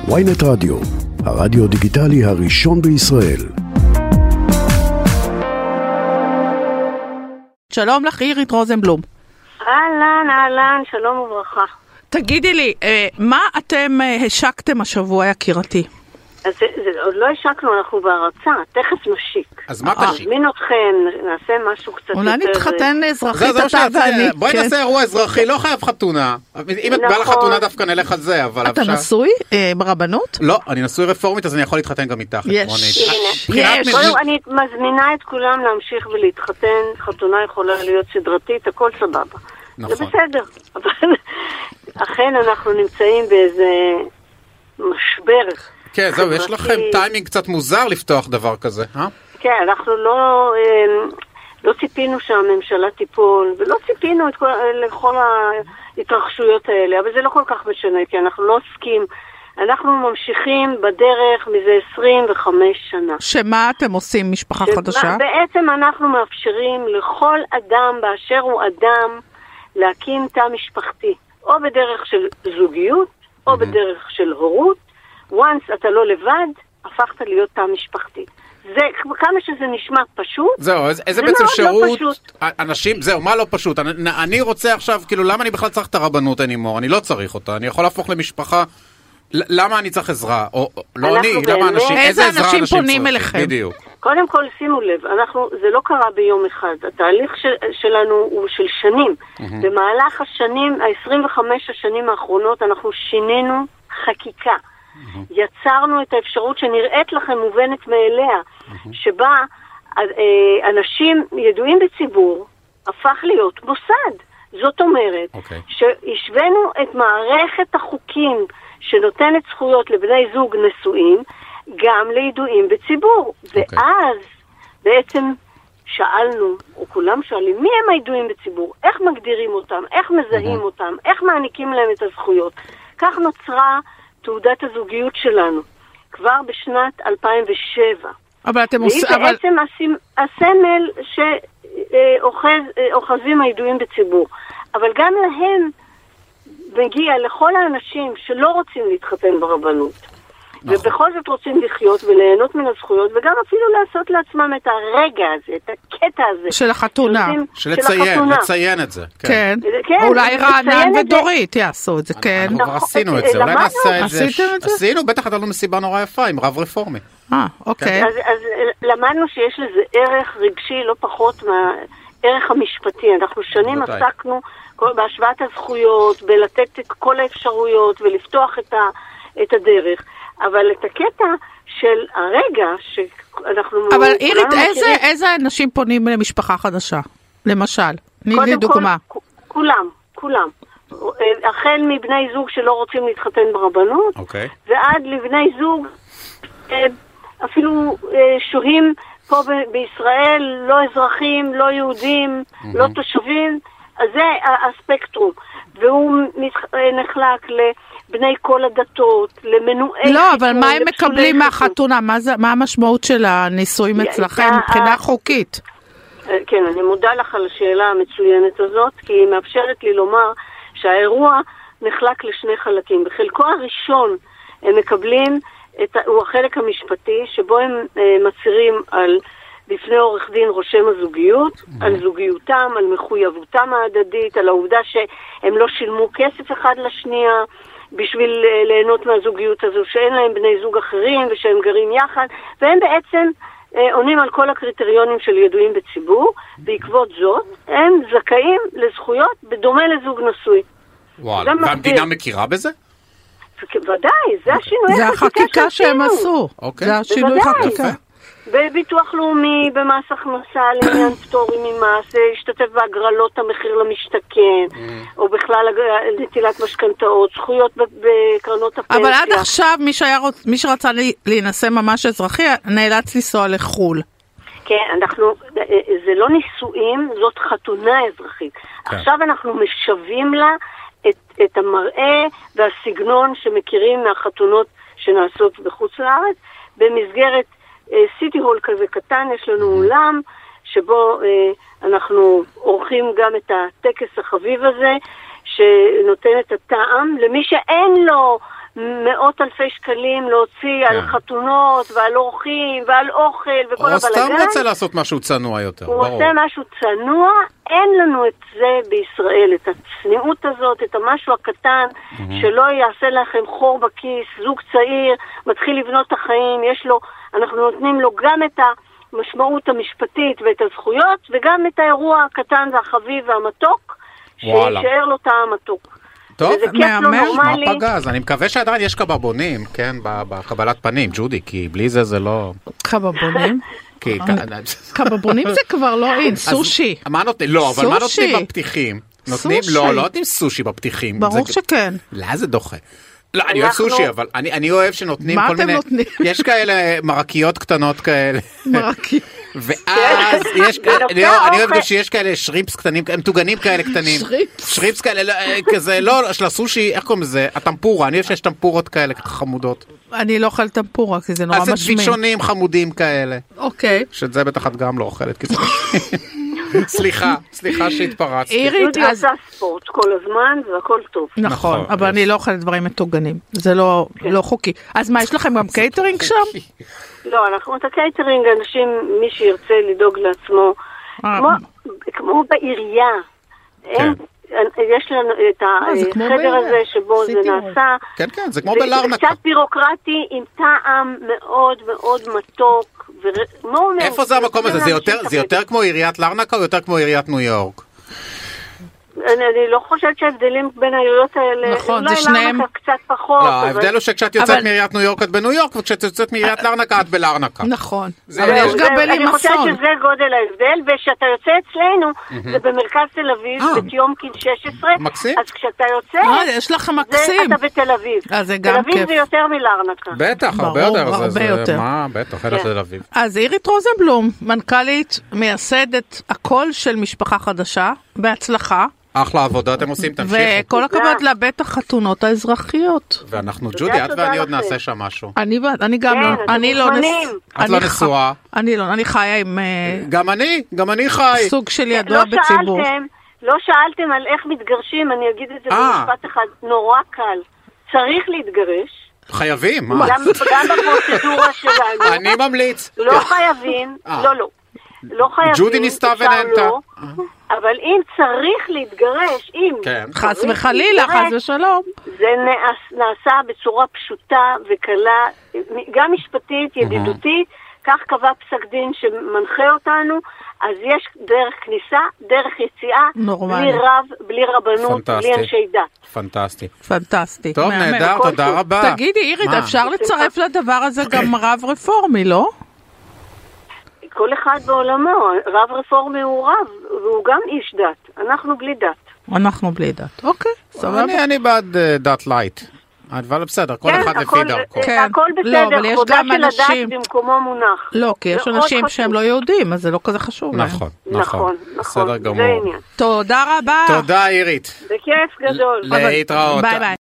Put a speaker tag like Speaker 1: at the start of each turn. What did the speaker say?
Speaker 1: ynet רדיו, הרדיו דיגיטלי הראשון בישראל.
Speaker 2: שלום לך, אירית רוזנבלום.
Speaker 3: אהלן, שלום וברכה.
Speaker 2: תגידי לי, מה אתם השקתם השבוע, יקירתי?
Speaker 3: אז זה עוד לא השקנו, אנחנו בהרצה, תכף נשיק.
Speaker 4: אז מה תשיק?
Speaker 3: נזמין אתכן, נעשה משהו קצת יותר...
Speaker 2: אולי נתחתן אזרחית אתה ואני.
Speaker 4: בואי נעשה אירוע אזרחי, לא חייב חתונה. אם את באה לחתונה דווקא נלך על זה, אבל...
Speaker 2: אתה נשוי ברבנות?
Speaker 4: לא, אני נשוי רפורמית, אז אני יכול להתחתן גם איתך.
Speaker 2: יש.
Speaker 3: קודם אני מזמינה את כולם להמשיך ולהתחתן, חתונה יכולה להיות סדרתית, הכל סבבה. זה בסדר. אבל אכן אנחנו נמצאים באיזה משבר.
Speaker 4: כן, זהו, יש לכם טיימינג קצת מוזר לפתוח דבר כזה, אה?
Speaker 3: כן, אנחנו לא ציפינו שהממשלה תיפול, ולא ציפינו לכל ההתרחשויות האלה, אבל זה לא כל כך משנה, כי אנחנו לא עוסקים, אנחנו ממשיכים בדרך מזה 25 שנה.
Speaker 2: שמה אתם עושים, משפחה חדשה?
Speaker 3: בעצם אנחנו מאפשרים לכל אדם באשר הוא אדם להקים תא משפחתי, או בדרך של זוגיות, או בדרך של הורות. once אתה לא לבד, הפכת להיות תא משפחתי. זה, כמה שזה נשמע פשוט,
Speaker 4: זהו, איזה בעצם שירות, אנשים, זהו, מה לא פשוט? אני רוצה עכשיו, כאילו, למה אני בכלל צריך את הרבנות anymore? אני לא צריך אותה, אני יכול להפוך למשפחה, למה אני צריך עזרה? או לא אני, למה אנשים, איזה עזרה אנשים
Speaker 2: פונים אליכם?
Speaker 4: בדיוק.
Speaker 3: קודם כל, שימו לב, זה לא קרה ביום אחד, התהליך שלנו הוא של שנים. במהלך השנים, ה-25 השנים האחרונות, אנחנו שינינו חקיקה. יצרנו את האפשרות שנראית לכם מובנת מאליה, שבה אנשים ידועים בציבור הפך להיות מוסד. זאת אומרת, שהשווינו את מערכת החוקים שנותנת זכויות לבני זוג נשואים, גם לידועים בציבור. ואז בעצם שאלנו, או כולם שואלים, מי הם הידועים בציבור? איך מגדירים אותם? איך מזהים אותם? איך מעניקים להם את הזכויות? כך נוצרה תעודת הזוגיות שלנו, כבר בשנת 2007.
Speaker 2: אבל אתם
Speaker 3: עושים... והיא בעצם הסמל שאוחזים הידועים בציבור. אבל גם להם מגיע לכל האנשים שלא רוצים להתחתן ברבנות. ובכל זאת רוצים לחיות וליהנות מן הזכויות, וגם אפילו לעשות לעצמם את הרגע הזה, את הקטע הזה.
Speaker 2: של החתונה.
Speaker 4: לציין את זה.
Speaker 2: כן. אולי רענן ודורית יעשו את זה, כן.
Speaker 4: אנחנו כבר עשינו את זה, אולי נעשה את זה. עשינו, בטח הייתה לנו מסיבה נורא יפה עם רב רפורמי.
Speaker 2: אוקיי.
Speaker 3: אז למדנו שיש לזה ערך רגשי לא פחות מהערך המשפטי. אנחנו שנים עסקנו בהשוואת הזכויות, בלתת את כל האפשרויות ולפתוח את הדרך. אבל את הקטע של הרגע שאנחנו...
Speaker 2: אבל אירית, איזה אנשים פונים למשפחה חדשה? למשל, ניתן דוגמה.
Speaker 3: כולם. החל מבני זוג שלא רוצים להתחתן ברבנות, ועד לבני זוג אפילו שוהים פה בישראל, לא אזרחים, לא יהודים, לא תושבים, אז זה הספקטרום. והוא נחלק לבני כל הדתות, למנועי...
Speaker 2: לא, אבל מה הם מקבלים מהחתונה? מה המשמעות של הנישואים אצלכם מבחינה חוקית?
Speaker 3: כן, אני מודה לך על השאלה המצוינת הזאת, כי היא מאפשרת לי לומר שהאירוע נחלק לשני חלקים. בחלקו הראשון הם מקבלים, הוא החלק המשפטי, שבו הם מצהירים בפני עורך דין רושם הזוגיות, על זוגיותם, על מחויבותם ההדדית, על העובדה שהם לא שילמו כסף אחד לשנייה בשביל ליהנות מהזוגיות הזו, שאין להם בני זוג אחרים ושהם גרים יחד, והם בעצם עונים על כל הקריטריונים של ידועים בציבור. בעקבות זאת הם זכאים לזכויות בדומה לזוג נשוי.
Speaker 4: וואלה, והמדינה מכירה בזה?
Speaker 3: ודאי, זה השינוי.
Speaker 2: זה החקיקה שהם עשו. זה השינוי חקיקה.
Speaker 3: בביטוח לאומי, במס הכנסה, לעניין פטורים ממס, השתתף בהגרלות המחיר למשתכן, או בכלל נטילת משכנתאות, זכויות בקרנות הפנסיה.
Speaker 2: אבל עד עכשיו מי שרצה להינשא ממש אזרחי, נאלץ לנסוע לחול.
Speaker 3: כן, זה לא נישואים, זאת חתונה אזרחית. עכשיו אנחנו משווים לה את המראה והסגנון שמכירים מהחתונות שנעשות בחוץ לארץ, במסגרת סיטי הול כזה קטן. יש לנו אולם שבו אנחנו עורכים גם את הטקס החביב הזה, שנותן את הטעם למי שאין לו מאות אלפי שקלים להוציא על חתונות ועל אורחים ועל אוכל וכל הבלגן.
Speaker 4: או סתם רוצה לעשות משהו צנוע יותר, ברור.
Speaker 3: הוא עושה משהו צנוע, אין לנו את זה בישראל, את הצניעות הזאת, את המשהו הקטן, שלא יעשה לכם חור בכיס, זוג צעיר, מתחיל לבנות את החיים, אנחנו נותנים לו גם את המשמעות המשפטית ואת הזכויות, וגם את האירוע הקטן והחביב והמתוק, שישאר לו טעם מתוק.
Speaker 4: טוב,
Speaker 2: מהמר,
Speaker 4: מה פגז? אני מקווה שעדיין יש קבבונים, כן, בקבלת פנים, ג'ודי, כי בלי זה לא...
Speaker 2: קבבונים?
Speaker 4: כי...
Speaker 2: קבבונים זה כבר לא אין, סושי.
Speaker 4: מה נותנים? לא, אבל מה נותנים בפתיחים? נותנים? לא נותנים סושי בפתיחים.
Speaker 2: ברור שכן.
Speaker 4: לא, זה דוחה. לא, אני אוהב סושי, אבל אני אוהב שנותנים כל מיני...
Speaker 2: מה אתם נותנים?
Speaker 4: יש כאלה מרקיות קטנות כאלה.
Speaker 2: מרקיות.
Speaker 4: ואז יש, אני אוהב גם שיש כאלה שרימפס קטנים, הם טוגנים כאלה קטנים. שרימפס כאלה, כזה, לא, של הסושי, איך קוראים לזה? הטמפורה, אני אוהב שיש טמפורות כאלה חמודות.
Speaker 2: אני לא אוכל טמפורה, כי זה נורא משמין.
Speaker 4: אז זה דבישונים חמודים כאלה.
Speaker 2: אוקיי.
Speaker 4: שזה בטח את גם לא אוכלת, כי זה... סליחה שהתפרצתי.
Speaker 2: אירית,
Speaker 3: אז... עושה ספורט כל הזמן, והכל טוב.
Speaker 2: נכון, אבל אני לא אוכלת דברים מטוגנים. זה לא חוקי. אז מה, יש לכם גם קייטרינג שם?
Speaker 3: לא, אנחנו את הקייטרינג, אנשים, מי שירצה לדאוג לעצמו, כמו בעירייה. יש לנו את החדר הזה שבו זה נעשה.
Speaker 4: כן, כן, זה כמו בלרנקה.
Speaker 3: קצת בירוקרטי עם טעם מאוד מאוד מתוק.
Speaker 4: איפה זה המקום הזה? זה יותר כמו עיריית לרנקה או יותר כמו עיריית ניו יורק?
Speaker 3: אני לא חושבת שההבדלים בין העיריות האלה,
Speaker 2: נכון, זה שניהם...
Speaker 3: אולי לרנקה קצת פחות.
Speaker 4: לא, ההבדל הוא שכשאת יוצאת מעיריית ניו יורק את בניו יורק, וכשאת יוצאת מעיריית לרנקה את בלרנקה.
Speaker 2: נכון, אבל יש גם בלים
Speaker 3: אני חושבת
Speaker 2: מחסון.
Speaker 3: שזה גודל ההבדל, ושאתה יוצא אצלנו, זה במרכז תל אביב, בטיומקין 16,
Speaker 4: מקסים.
Speaker 3: אז כשאתה יוצא,
Speaker 2: יש לך מקסים.
Speaker 3: אתה בתל אביב.
Speaker 2: זה גם
Speaker 3: תל אביב
Speaker 2: כיף.
Speaker 3: זה יותר מלרנקה.
Speaker 4: בטח, הרבה יותר. מה, בטח, אלא תל אביב.
Speaker 2: אז אירית רוזנבלום, מנכ"לית, מייסדת הכל של משפחה חדשה, בהצלחה.
Speaker 4: אחלה עבודה אתם עושים, תמשיכו.
Speaker 2: וכל הכבוד לבית החתונות האזרחיות.
Speaker 4: ואנחנו, ג'ודי, את ואני עוד נעשה שם משהו.
Speaker 2: אני גם לא. אני לא
Speaker 4: את לא נשואה.
Speaker 2: אני חיה עם...
Speaker 4: גם אני חי.
Speaker 2: סוג של ידוע בציבור.
Speaker 3: לא שאלתם על איך מתגרשים, אני אגיד את זה במשפט אחד, נורא קל. צריך להתגרש.
Speaker 4: חייבים, מה?
Speaker 3: גם בפרוצדורה שלנו.
Speaker 4: אני ממליץ.
Speaker 3: לא חייבים, לא חייבים.
Speaker 4: ג'ודי ניסתה ונהנתה.
Speaker 3: אבל אם צריך להתגרש,
Speaker 2: חס וחלילה, חס ושלום.
Speaker 3: זה נעשה בצורה פשוטה וקלה, גם משפטית, ידידותית, כך קבע פסק דין שמנחה אותנו, אז יש דרך כניסה, דרך יציאה, בלי רב, בלי רבנות, בלי אנשי דת.
Speaker 2: פנטסטי.
Speaker 4: טוב, נהדר, תודה רבה.
Speaker 2: תגידי, אירית, אפשר לצרף לדבר הזה גם רב רפורמי, לא?
Speaker 3: כל אחד בעולמו, רב רפורמי הוא רב, והוא גם איש דת. אנחנו בלי דת.
Speaker 2: אנחנו בלי דת, אוקיי, סבבה.
Speaker 4: אני בעד דת לייט. אבל בסדר, כל אחד לפי דרכו.
Speaker 3: הכל בסדר, חודה של הדת במקומו מונח.
Speaker 2: לא, כי יש אנשים שהם לא יהודים, אז זה לא כזה חשוב להם.
Speaker 4: נכון. בסדר גמור.
Speaker 3: זה עניין.
Speaker 2: תודה רבה.
Speaker 4: תודה, אירית.
Speaker 3: בכיף גדול.
Speaker 4: להתראות.
Speaker 2: ביי ביי.